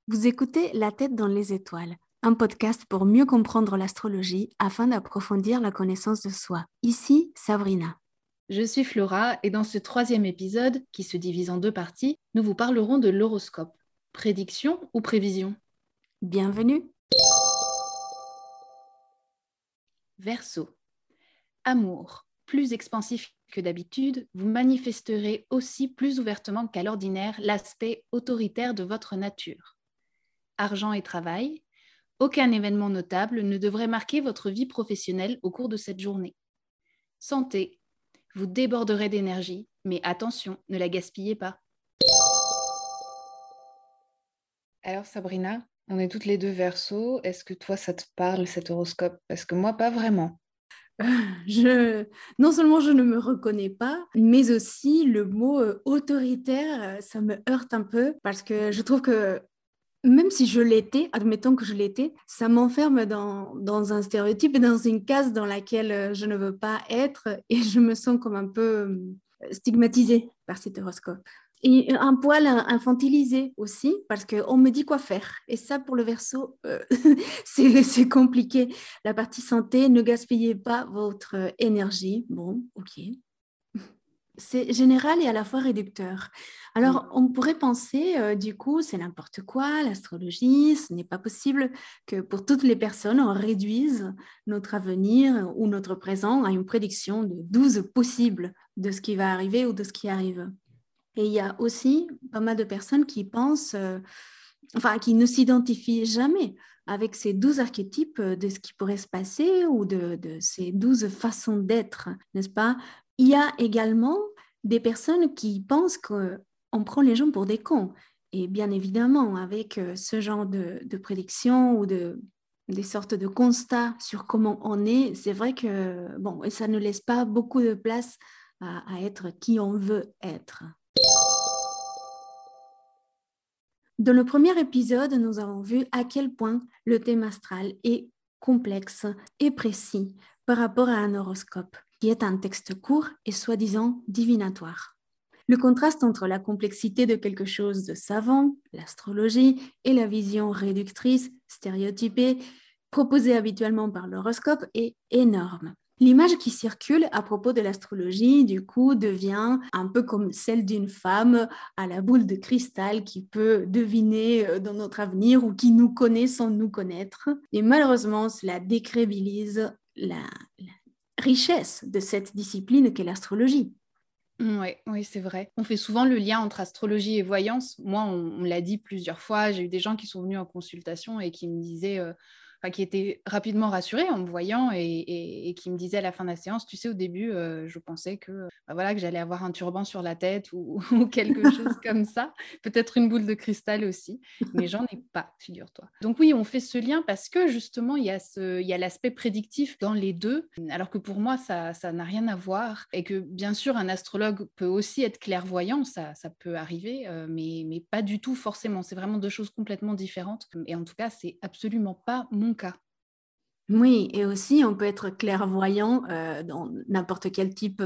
Vous écoutez La tête dans les étoiles, un podcast pour mieux comprendre l'astrologie afin d'approfondir la connaissance de soi. Ici, Sabrina. Je suis Flora et dans ce troisième épisode, qui se divise en deux parties, nous vous parlerons de l'horoscope. Prédiction ou prévision? Bienvenue. Verseau. Amour. Plus expansif que d'habitude, vous manifesterez aussi plus ouvertement qu'à l'ordinaire l'aspect autoritaire de votre nature. Argent et travail. Aucun événement notable ne devrait marquer votre vie professionnelle au cours de cette journée. Santé. Vous déborderez d'énergie, mais attention, ne la gaspillez pas. Alors Sabrina, on est toutes les deux Verseau. Est-ce que toi, ça te parle cet horoscope? Parce que moi, pas vraiment. Non seulement je ne me reconnais pas, mais aussi le mot autoritaire, ça me heurte un peu parce que je trouve que même si je l'étais, admettons que je l'étais, ça m'enferme dans un stéréotype et dans une case dans laquelle je ne veux pas être et je me sens comme un peu stigmatisée par cet horoscope. Et un poil infantilisé aussi, parce qu'on me dit quoi faire. Et ça, pour le Verseau, c'est compliqué. La partie santé, ne gaspillez pas votre énergie. Bon, ok. C'est général et à la fois réducteur. Alors, on pourrait penser, du coup, c'est n'importe quoi, l'astrologie, ce n'est pas possible que pour toutes les personnes, on réduise notre avenir ou notre présent à une prédiction de 12 possibles de ce qui va arriver ou de ce qui arrive. Et il y a aussi pas mal de personnes qui pensent, qui ne s'identifient jamais avec ces 12 archétypes de ce qui pourrait se passer ou de ces 12 façons d'être, n'est-ce pas? Il y a également des personnes qui pensent qu'on prend les gens pour des cons. Et bien évidemment, avec ce genre de prédiction ou des sortes de constats sur comment on est, c'est vrai que bon, ça ne laisse pas beaucoup de place à être qui on veut être. Dans le premier épisode, nous avons vu à quel point le thème astral est complexe et précis par rapport à un horoscope, qui est un texte court et soi-disant divinatoire. Le contraste entre la complexité de quelque chose de savant, l'astrologie, et la vision réductrice, stéréotypée, proposée habituellement par l'horoscope est énorme. L'image qui circule à propos de l'astrologie, du coup, devient un peu comme celle d'une femme à la boule de cristal qui peut deviner dans notre avenir ou qui nous connaît sans nous connaître. Et malheureusement, cela décrédibilise la richesse de cette discipline qu'est l'astrologie. Oui, c'est vrai. On fait souvent le lien entre astrologie et voyance. Moi, on me l'a dit plusieurs fois. J'ai eu des gens qui sont venus en consultation et qui me disaient, qui étaient rapidement rassurés en me voyant et qui me disaient à la fin de la séance, tu sais, au début, je pensais que j'allais avoir un turban sur la tête ou quelque chose comme ça. Peut-être une boule de cristal aussi, mais j'en ai pas, figure-toi. Donc oui, on fait ce lien parce que justement, il y a l'aspect prédictif dans les deux, alors que pour moi, ça n'a rien à voir et que bien sûr, un astrologue peut aussi être clairvoyant, ça peut arriver, mais pas du tout forcément. C'est vraiment deux choses complètement différentes. Et en tout cas, c'est absolument pas mon cas. Oui, et aussi on peut être clairvoyant dans n'importe quel type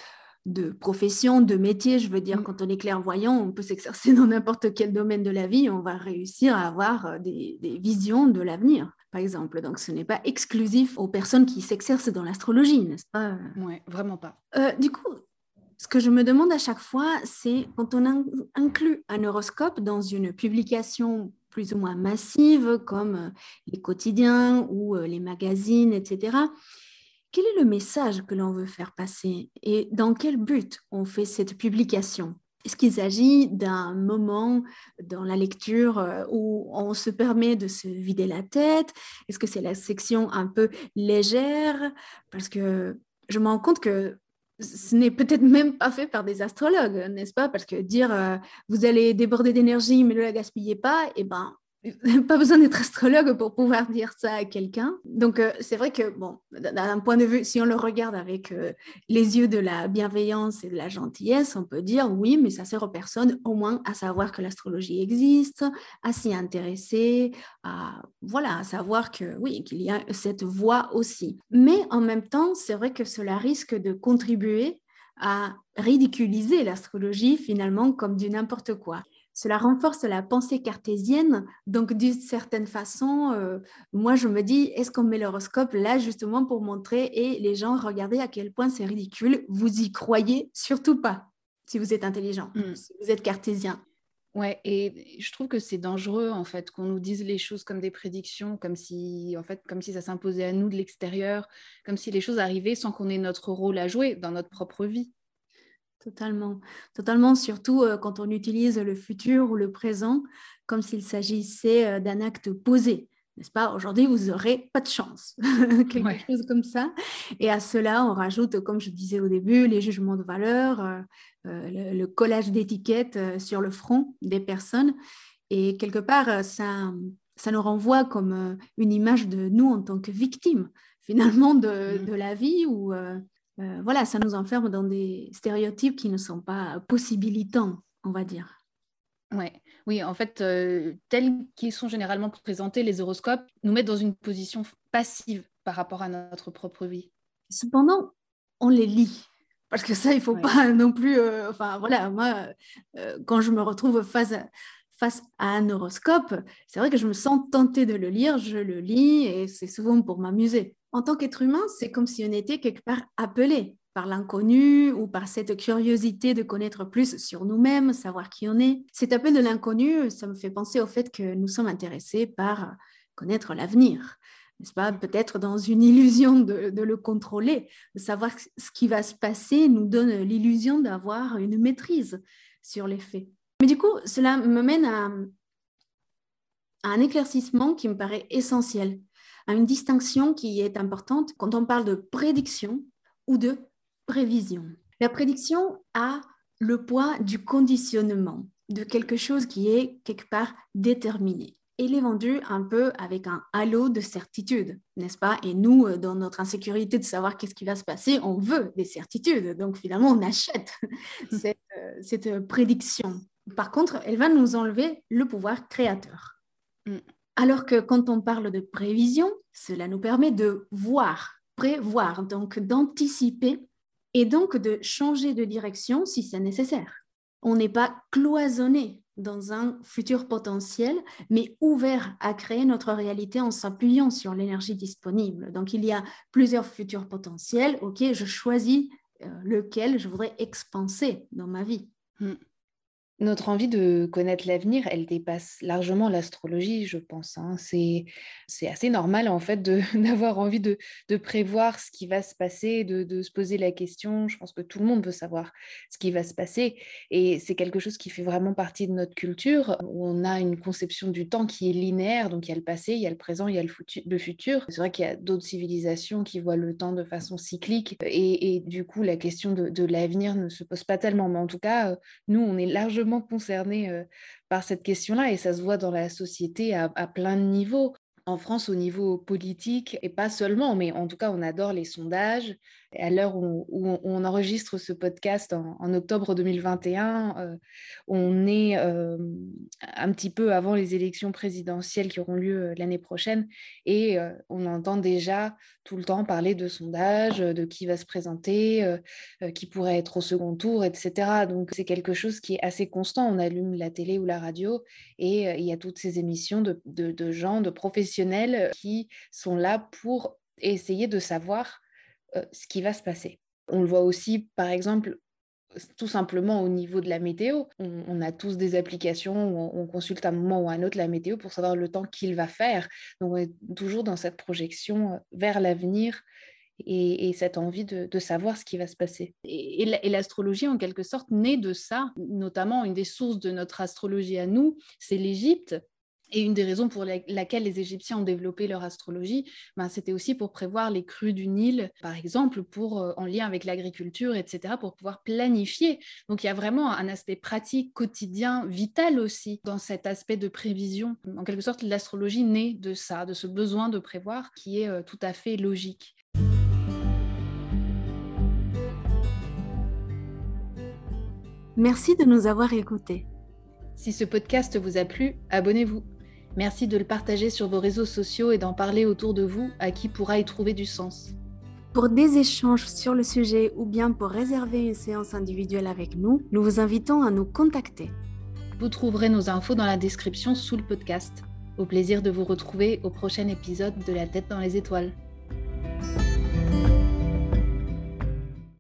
de profession, de métier. Je veux dire, quand on est clairvoyant, on peut s'exercer dans n'importe quel domaine de la vie. On va réussir à avoir des visions de l'avenir, par exemple. Donc, ce n'est pas exclusif aux personnes qui s'exercent dans l'astrologie, n'est-ce pas? Ouais, vraiment pas. Du coup, ce que je me demande à chaque fois, c'est quand on inclut un horoscope dans une publication plus ou moins massive, comme les quotidiens ou les magazines, etc., quel est le message que l'on veut faire passer et dans quel but on fait cette publication? Est-ce qu'il s'agit d'un moment dans la lecture où on se permet de se vider la tête? Est-ce que c'est la section un peu légère? Parce que je me rends compte que ce n'est peut-être même pas fait par des astrologues, n'est-ce pas? Parce que dire vous allez déborder d'énergie, mais ne la gaspillez pas, eh ben, pas besoin d'être astrologue pour pouvoir dire ça à quelqu'un. Donc, c'est vrai que, bon, d'un point de vue, si on le regarde avec les yeux de la bienveillance et de la gentillesse, on peut dire oui, mais ça sert aux personnes au moins à savoir que l'astrologie existe, à s'y intéresser, à savoir que oui, qu'il y a cette voie aussi. Mais en même temps, c'est vrai que cela risque de contribuer à ridiculiser l'astrologie finalement comme du n'importe quoi. cela renforce la pensée cartésienne. Donc, d'une certaine façon, moi, je me dis, est-ce qu'on met l'horoscope là justement pour montrer, et les gens, regardez à quel point c'est ridicule, vous y croyez surtout pas, si vous êtes intelligent, si vous êtes cartésien. Ouais, et je trouve que c'est dangereux en fait qu'on nous dise les choses comme des prédictions, comme si ça s'imposait à nous de l'extérieur, comme si les choses arrivaient sans qu'on ait notre rôle à jouer dans notre propre vie. Totalement, totalement, surtout quand on utilise le futur ou le présent comme s'il s'agissait d'un acte posé. N'est-ce pas? Aujourd'hui, vous n'aurez pas de chance. Quelque chose comme ça. Et à cela, on rajoute, comme je disais au début, les jugements de valeur, le collage d'étiquettes sur le front des personnes. Et quelque part, ça nous renvoie comme une image de nous en tant que victimes, finalement, de la vie où voilà, ça nous enferme dans des stéréotypes qui ne sont pas possibilitants, on va dire. Ouais. Oui, en fait, tels qu'ils sont généralement présentés, les horoscopes nous mettent dans une position passive par rapport à notre propre vie. Cependant, on les lit. Parce que ça, il ne faut pas non plus... Enfin, voilà, moi, quand je me retrouve face à un horoscope, c'est vrai que je me sens tentée de le lire, je le lis et c'est souvent pour m'amuser. En tant qu'être humain, c'est comme si on était quelque part appelé par l'inconnu ou par cette curiosité de connaître plus sur nous-mêmes, savoir qui on est. Cet appel de l'inconnu, ça me fait penser au fait que nous sommes intéressés par connaître l'avenir, n'est-ce pas? Peut-être dans une illusion de le contrôler, de savoir ce qui va se passer nous donne l'illusion d'avoir une maîtrise sur les faits. Mais du coup, cela me mène à un éclaircissement qui me paraît essentiel, à une distinction qui est importante quand on parle de prédiction ou de prévision. La prédiction a le poids du conditionnement, de quelque chose qui est quelque part déterminé. Elle est vendue un peu avec un halo de certitude, n'est-ce pas? Et nous, dans notre insécurité de savoir qu'est-ce qui va se passer, on veut des certitudes. Donc finalement, on achète cette prédiction. Par contre, elle va nous enlever le pouvoir créateur. Alors que quand on parle de prévision, cela nous permet de voir, prévoir, donc d'anticiper et donc de changer de direction si c'est nécessaire. On n'est pas cloisonné dans un futur potentiel, mais ouvert à créer notre réalité en s'appuyant sur l'énergie disponible. Donc, il y a plusieurs futurs potentiels. OK, je choisis lequel je voudrais expanser dans ma vie. Notre envie de connaître l'avenir, elle dépasse largement l'astrologie, je pense. C'est assez normal, en fait, d'avoir envie de prévoir ce qui va se passer, de se poser la question. Je pense que tout le monde veut savoir ce qui va se passer. Et c'est quelque chose qui fait vraiment partie de notre culture, où on a une conception du temps qui est linéaire. Donc, il y a le passé, il y a le présent, il y a le futur. C'est vrai qu'il y a d'autres civilisations qui voient le temps de façon cyclique. Et du coup, la question de l'avenir ne se pose pas tellement. Mais en tout cas, nous, on est largement concernés par cette question-là et ça se voit dans la société à plein de niveaux. En France, au niveau politique, et pas seulement, mais en tout cas, on adore les sondages. Et à l'heure où on enregistre ce podcast en octobre 2021, on est un petit peu avant les élections présidentielles qui auront lieu l'année prochaine et on entend déjà tout le temps parler de sondages, de qui va se présenter, qui pourrait être au second tour, etc. Donc, c'est quelque chose qui est assez constant. On allume la télé ou la radio et il y a toutes ces émissions de gens, de professionnels qui sont là pour essayer de savoir ce qui va se passer. On le voit aussi, par exemple, tout simplement au niveau de la météo. On a tous des applications où on consulte à un moment ou à un autre la météo pour savoir le temps qu'il va faire. Donc, on est toujours dans cette projection vers l'avenir et cette envie de savoir ce qui va se passer. Et l'astrologie, en quelque sorte, naît de ça. Notamment, une des sources de notre astrologie à nous, c'est l'Égypte. Et une des raisons pour laquelle les Égyptiens ont développé leur astrologie, c'était aussi pour prévoir les crues du Nil, par exemple, en lien avec l'agriculture, etc., pour pouvoir planifier. Donc, il y a vraiment un aspect pratique, quotidien, vital aussi, dans cet aspect de prévision. En quelque sorte, l'astrologie naît de ça, de ce besoin de prévoir, qui est tout à fait logique. Merci de nous avoir écoutés. Si ce podcast vous a plu, abonnez-vous. Merci de le partager sur vos réseaux sociaux et d'en parler autour de vous à qui pourra y trouver du sens. Pour des échanges sur le sujet ou bien pour réserver une séance individuelle avec nous, nous vous invitons à nous contacter. Vous trouverez nos infos dans la description sous le podcast. Au plaisir de vous retrouver au prochain épisode de La tête dans les étoiles.